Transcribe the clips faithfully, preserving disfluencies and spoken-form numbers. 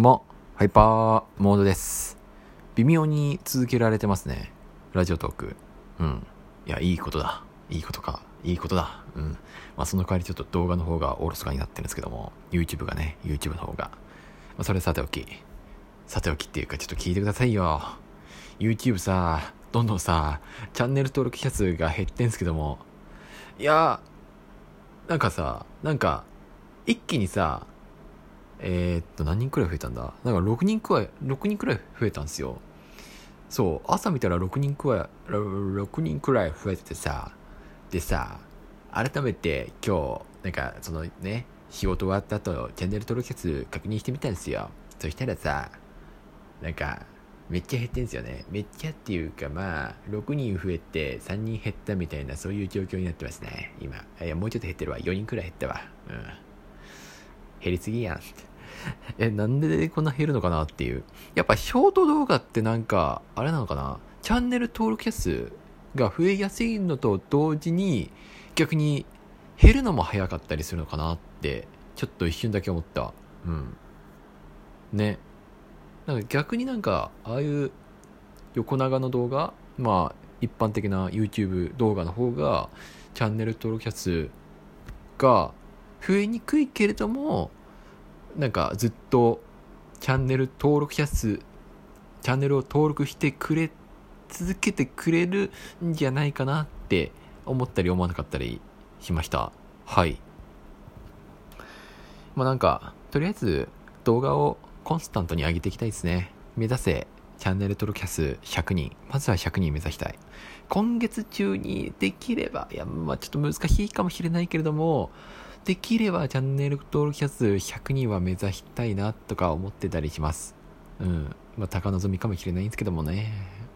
もハイパーモードです。微妙に続けられてますね、ラジオトーク。うんいやいいことだいいことかいいことだうんまあその代わりちょっと動画の方がおろそかになってるんですけども、 YouTube がね YouTube の方が、まあ、それさておきさておきっていうかちょっと聞いてくださいよ。 YouTube さどんどんさチャンネル登録者数が減ってんすけども、いやなんかさなんか一気にさえー、っと何人くらい増えたんだなんかろくにんくらいろくにんくらい増えたんですよ。そう朝見たらろくにんくらいろくにんくらい増えててさ、でさ改めて今日なんかそのね仕事終わった後チャンネル登録者数確認してみたんですよ。そしたらさなんかめっちゃ減ってんすよね。めっちゃっていうかまあろくにん増えてさんにん減ったみたいなそういう状況になってますね今。いやもうちょっと減ってるわ、よにんくらい減ったわ。うん減りすぎやんえなんでこんな減るのかなっていう。やっぱショート動画ってなんかあれなのかな、チャンネル登録者数が増えやすいのと同時に逆に減るのも早かったりするのかなってちょっと一瞬だけ思った。うんね、なんか逆になんかああいう横長の動画、まあ一般的な YouTube 動画の方がチャンネル登録者数が増えにくいけれども、なんかずっとチャンネル登録者数チャンネルを登録してくれ続けてくれるんじゃないかなって思ったり思わなかったりしました。はいまあなんかとりあえず動画をコンスタントに上げていきたいですね。目指せチャンネル登録者数ひゃくにん、まずはひゃくにん目指したい。今月中にできれば、いやまあちょっと難しいかもしれないけれども、できればチャンネル登録者数ひゃくにんは目指したいなとか思ってたりします。うんまあ高望みかもしれないんですけどもね。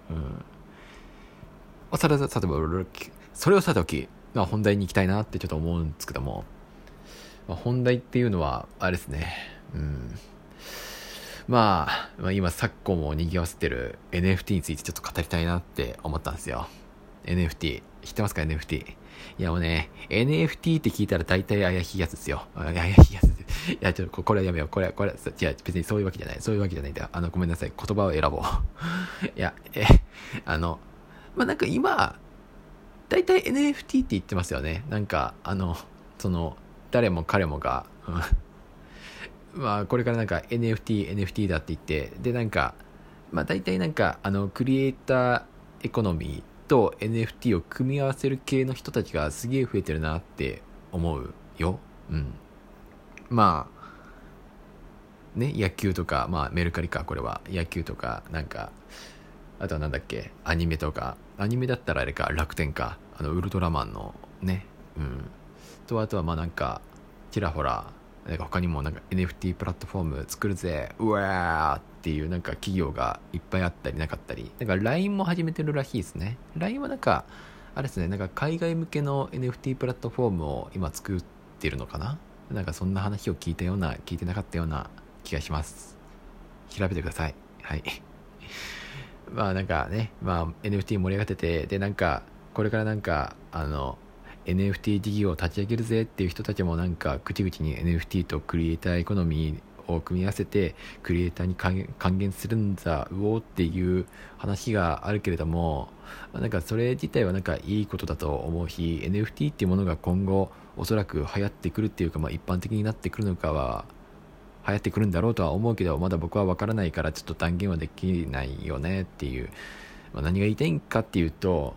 うんさてさてそれをさておき、まあ、本題に行きたいなってちょっと思うんですけども、まあ、本題っていうのはあれですね。うんまあ、まあ、今昨今も賑わせてる エヌエフティー についてちょっと語りたいなって思ったんですよ。 エヌエフティー 知ってますか？ エヌエフティー いやもうね エヌエフティー って聞いたら大体怪しいやつですよ。怪しいやついやちょっとこれはやめよう。これこれ違う別にそういうわけじゃないそういうわけじゃないんだよ。あのごめんなさい、言葉を選ぼういやえあのまあなんか今大体 エヌエフティー って言ってますよね。なんかあのその誰も彼もがまあこれからなんか エヌエフティー、エヌエフティー だって言って、でなんか、まあ大体なんかあのクリエイターエコノミーと エヌエフティー を組み合わせる系の人たちがすげえ増えてるなって思うよ。うん。まあ、ね、野球とか、まあメルカリか、これは。野球とか、なんか、あとはなんだっけ、アニメとか、アニメだったらあれか、楽天か、あのウルトラマンのね、うん。と、あとはまあなんか、ちらほら、なんか他にもなんか エヌエフティー プラットフォーム作るぜうわーっていうなんか企業がいっぱいあったりなかったり、なんか ライン も始めてるらしいですね。 ライン はなんかあれですね、なんか海外向けの エヌエフティー プラットフォームを今作ってるのかな。なんかそんな話を聞いたような聞いてなかったような気がします。調べてください。はいまあなんかね、まあ エヌエフティー 盛り上がってて、でなんかこれからなんかあのエヌエフティー 事業を立ち上げるぜっていう人たちもなんか口々に エヌエフティー とクリエイターエコノミーを組み合わせてクリエイターに還元するんだうおっていう話があるけれども、なんかそれ自体はなんかいいことだと思うし、 エヌエフティー っていうものが今後おそらく流行ってくるっていうか、まあ一般的になってくるのかは流行ってくるんだろうとは思うけど、まだ僕は分からないからちょっと断言はできないよねっていう、まあ、何が言いたいんかっていうと、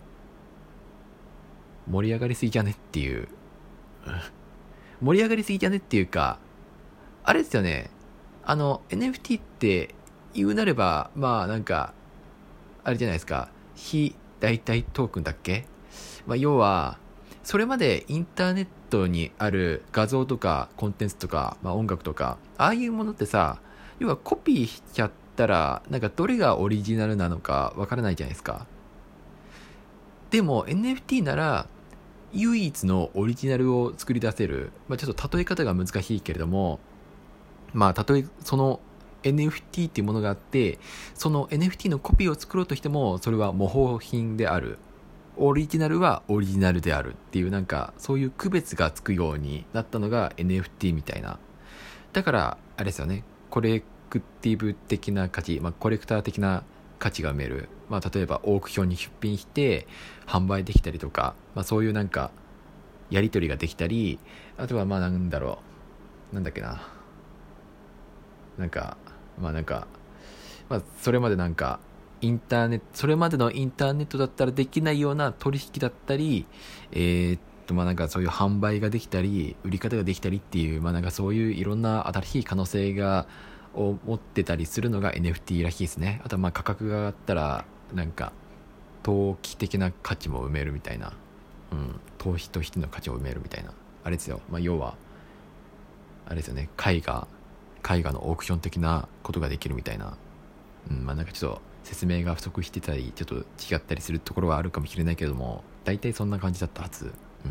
盛り上がりすぎじゃねっていう盛り上がりすぎじゃねっていうか、あれですよね、あの エヌエフティー って言うなればまあなんかあれじゃないですか、非代替トークンだっけ、まあ、要はそれまでインターネットにある画像とかコンテンツとか、まあ、音楽とかああいうものってさ、要はコピーしちゃったらなんかどれがオリジナルなのかわからないじゃないですか。でも エヌエフティー なら唯一のオリジナルを作り出せる、まあ、ちょっと例え方が難しいけれども、まあたとえその エヌエフティー っていうものがあって、その エヌエフティー のコピーを作ろうとしてもそれは模倣品である、オリジナルはオリジナルであるっていう、なんかそういう区別がつくようになったのが エヌエフティー みたいな。だからあれですよね、これクティブ的な価値、まあ、コレクター的な価値が埋める、まあ、例えばオークションに出品して販売できたりとか、まあ、そういうなんかやり取りができたり、あとはまあなんだろうなんだっけななんかまあなんかまあそれまでなんかインターネットそれまでのインターネットだったらできないような取引だったり、えー、っとまあなんかそういう販売ができたり売り方ができたりっていう、まあなんかそういういろんな新しい可能性がを持ってたりするのが エヌエフティー らしいですね。あとはまあ価格が上がったらなんか投機的な価値も埋めるみたいな、うん、投資としての価値を埋めるみたいなあれですよ。まあ要はあれですよね、絵画絵画のオークション的なことができるみたいな、うん、まあなんかちょっと説明が不足してたりちょっと違ったりするところはあるかもしれないけれども、大体そんな感じだったはず。うん、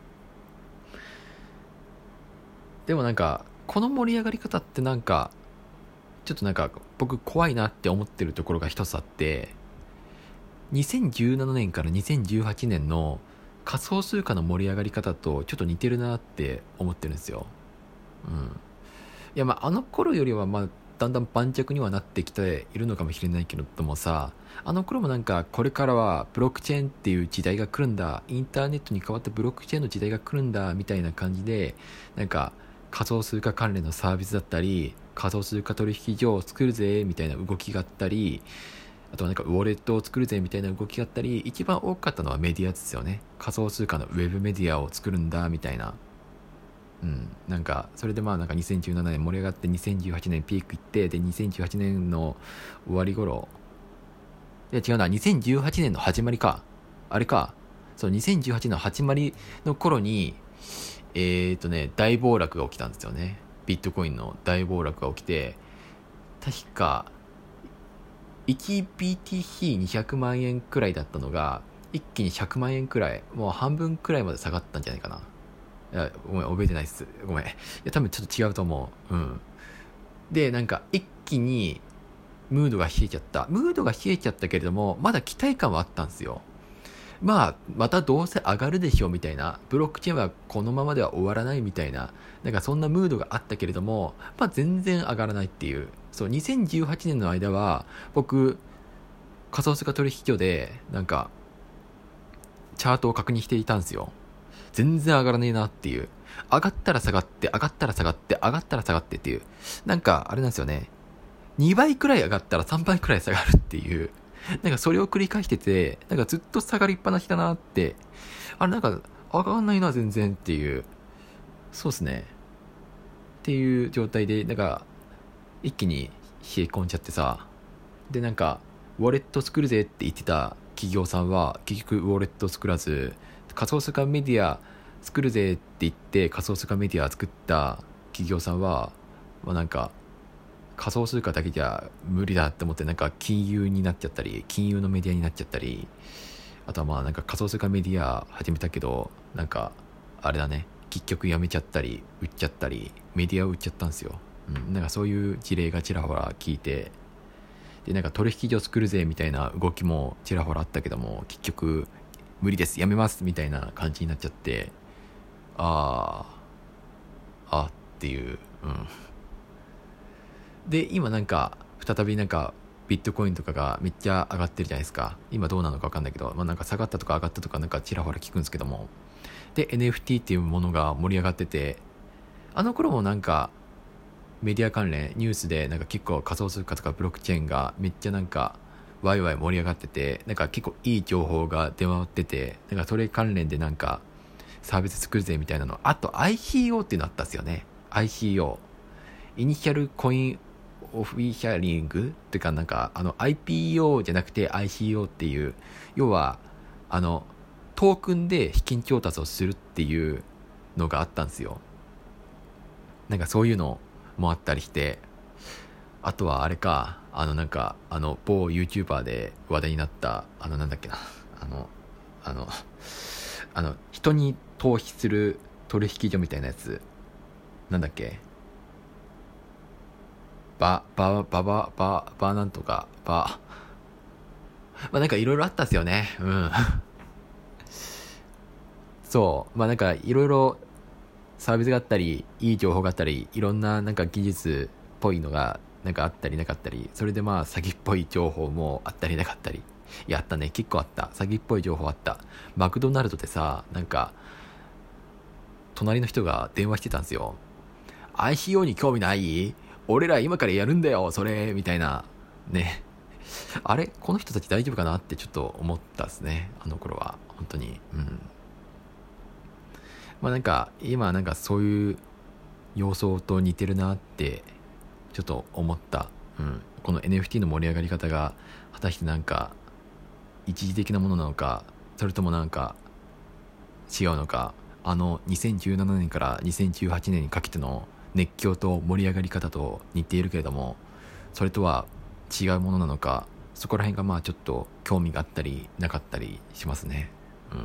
でもなんかこの盛り上がり方ってなんかちょっとなんか僕怖いなって思ってるところが一つあって、にせんじゅうななねんからにせんじゅうはちねんの仮想通貨の盛り上がり方とちょっと似てるなって思ってるんですよ。うん、いやまああの頃よりはまあだんだん盤石にはなってきているのかもしれないけれどもさ、あの頃もなんかこれからはブロックチェーンっていう時代が来るんだ、インターネットに変わったブロックチェーンの時代が来るんだみたいな感じで、なんか仮想通貨関連のサービスだったり仮想通貨取引所を作るぜみたいな動きがあったり、あとはなんかウォレットを作るぜみたいな動きがあったり、一番多かったのはメディアですよね。仮想通貨のウェブメディアを作るんだみたいな、うん、なんかそれでまあなんかにせんじゅうななねん盛り上がってにせんじゅうはちねんピークいって、でにせんじゅうはちねんの終わり頃、いや違うな、にせんじゅうはちねんの始まりか、あれか、そうにせんじゅうはちねんの始まりの頃にえーとね大暴落が起きたんですよね。ビットコインの大暴落が起きて、確か いちビーティーシーにひゃくまんえんくらいだったのが一気にひゃくまんえんくらい、もう半分くらいまで下がったんじゃないかな。いやごめん覚えてないっす、ごめん。いや多分ちょっと違うと思う。うんでなんか一気にムードが冷えちゃったムードが冷えちゃったけれども、まだ期待感はあったんですよ。まあまたどうせ上がるでしょみたいな、ブロックチェーンはこのままでは終わらないみたいな、なんかそんなムードがあったけれども、まあ全然上がらないっていう。そうにせんじゅうはちねんの間は僕仮想通貨取引所でなんかチャートを確認していたんですよ。全然上がらねえなっていう。上がったら下がって上がったら下がって上がったら下がってっていう、なんかあれなんですよね、にばいくらい上がったらさんばいくらい下がるっていう、なんかそれを繰り返してて、なんかずっと下がりっぱなしだなって、あれなんか上がんないな全然っていう、そうですねっていう状態で、なんか一気に冷え込んじゃってさ、でなんかウォレット作るぜって言ってた企業さんは結局ウォレット作らず、仮想通貨メディア作るぜって言って仮想通貨メディア作った企業さんは、まあ、なんか仮想通貨だけじゃ無理だって思って、なんか金融になっちゃったり金融のメディアになっちゃったり、あとはまあなんか仮想通貨メディア始めたけどなんかあれだね、結局やめちゃったり売っちゃったりメディアを売っちゃったんですよ。うん、なんかそういう事例がちらほら聞いて、でなんか取引所作るぜみたいな動きもちらほらあったけども、結局無理ですやめますみたいな感じになっちゃって、あーあっていう、うん、で今なんか再びなんかビットコインとかがめっちゃ上がってるじゃないですか。今どうなのか分かんないけど、まあ、なんか下がったとか上がったとかなんかちらほら聞くんですけども、で エヌエフティー っていうものが盛り上がってて、あの頃もなんかメディア関連ニュースでなんか結構仮想通貨とかブロックチェーンがめっちゃなんかワイワイ盛り上がってて、なんか結構いい情報が出回ってて、なんかそれ関連でなんかサービス作るぜみたいなの、あと アイシーオー っていうのあったんですよね。 アイシーオー イニシャルコインオフィシャリングっていうか、なんかあの アイピーオー じゃなくて アイシーオー っていう、要はあのトークンで資金調達をするっていうのがあったんですよ。なんかそういうのもあったりして、あとはあれか、あのなんかあの某 YouTuber で話題になったあのなんだっけな、あのあのあの人に投資する取引所みたいなやつ、なんだっけ、ババババババなんとかバ、まあなんかいろいろあったんですよね。うんそうまあなんかいろいろサービスがあったりいい情報があったり、いろんななんか技術っぽいのがなんかあったりなかったり、それでまあ詐欺っぽい情報もあったりなかったり。いやあったね、結構あった。詐欺っぽい情報あった。マクドナルドでさ、なんか隣の人が電話してたんですよ。 アイシーオー に興味ない？俺ら今からやるんだよそれみたいなね。あれこの人たち大丈夫かなってちょっと思ったですね、あの頃は本当に。うん。まあなんか今なんかそういう様相と似てるなってちょっと思った。うん。この エヌエフティー の盛り上がり方が果たしてなんか一時的なものなのか、それともなんか違うのか。あのにせんじゅうななねんからにせんじゅうはちねんにかけての熱狂と盛り上がり方と似ているけれども、それとは違うものなのか、そこら辺がまあちょっと興味があったりなかったりしますね。うん。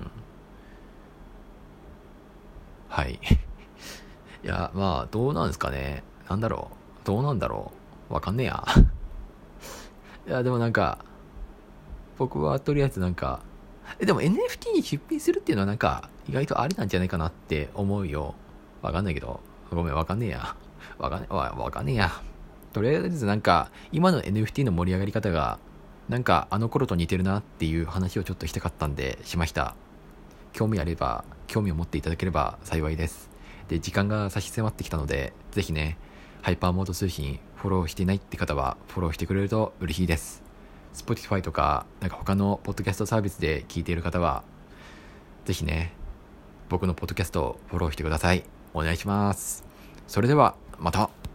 はい。いや、まあどうなんですかね。なんだろう。どうなんだろう。わかんねえや。いや、でもなんか、僕はとりあえずなんか、え、でも エヌエフティー に出品するっていうのはなんか、意外とありなんじゃないかなって思うよ。わかんないけど。ごめん、わかんねえや。わかんねえ、わ、わかんねえや。とりあえずなんか、今の エヌエフティー の盛り上がり方が、なんかあの頃と似てるなっていう話をちょっとしたかったんで、しました。興味あれば、興味を持っていただければ幸いです。で、時間が差し迫ってきたので、ぜひね、ハイパーモード通信フォローしていないって方は、フォローしてくれると嬉しいです。Spotify とか、なんか他のポッドキャストサービスで聞いている方は、ぜひね、僕のポッドキャストをフォローしてください。お願いします。それでは、また。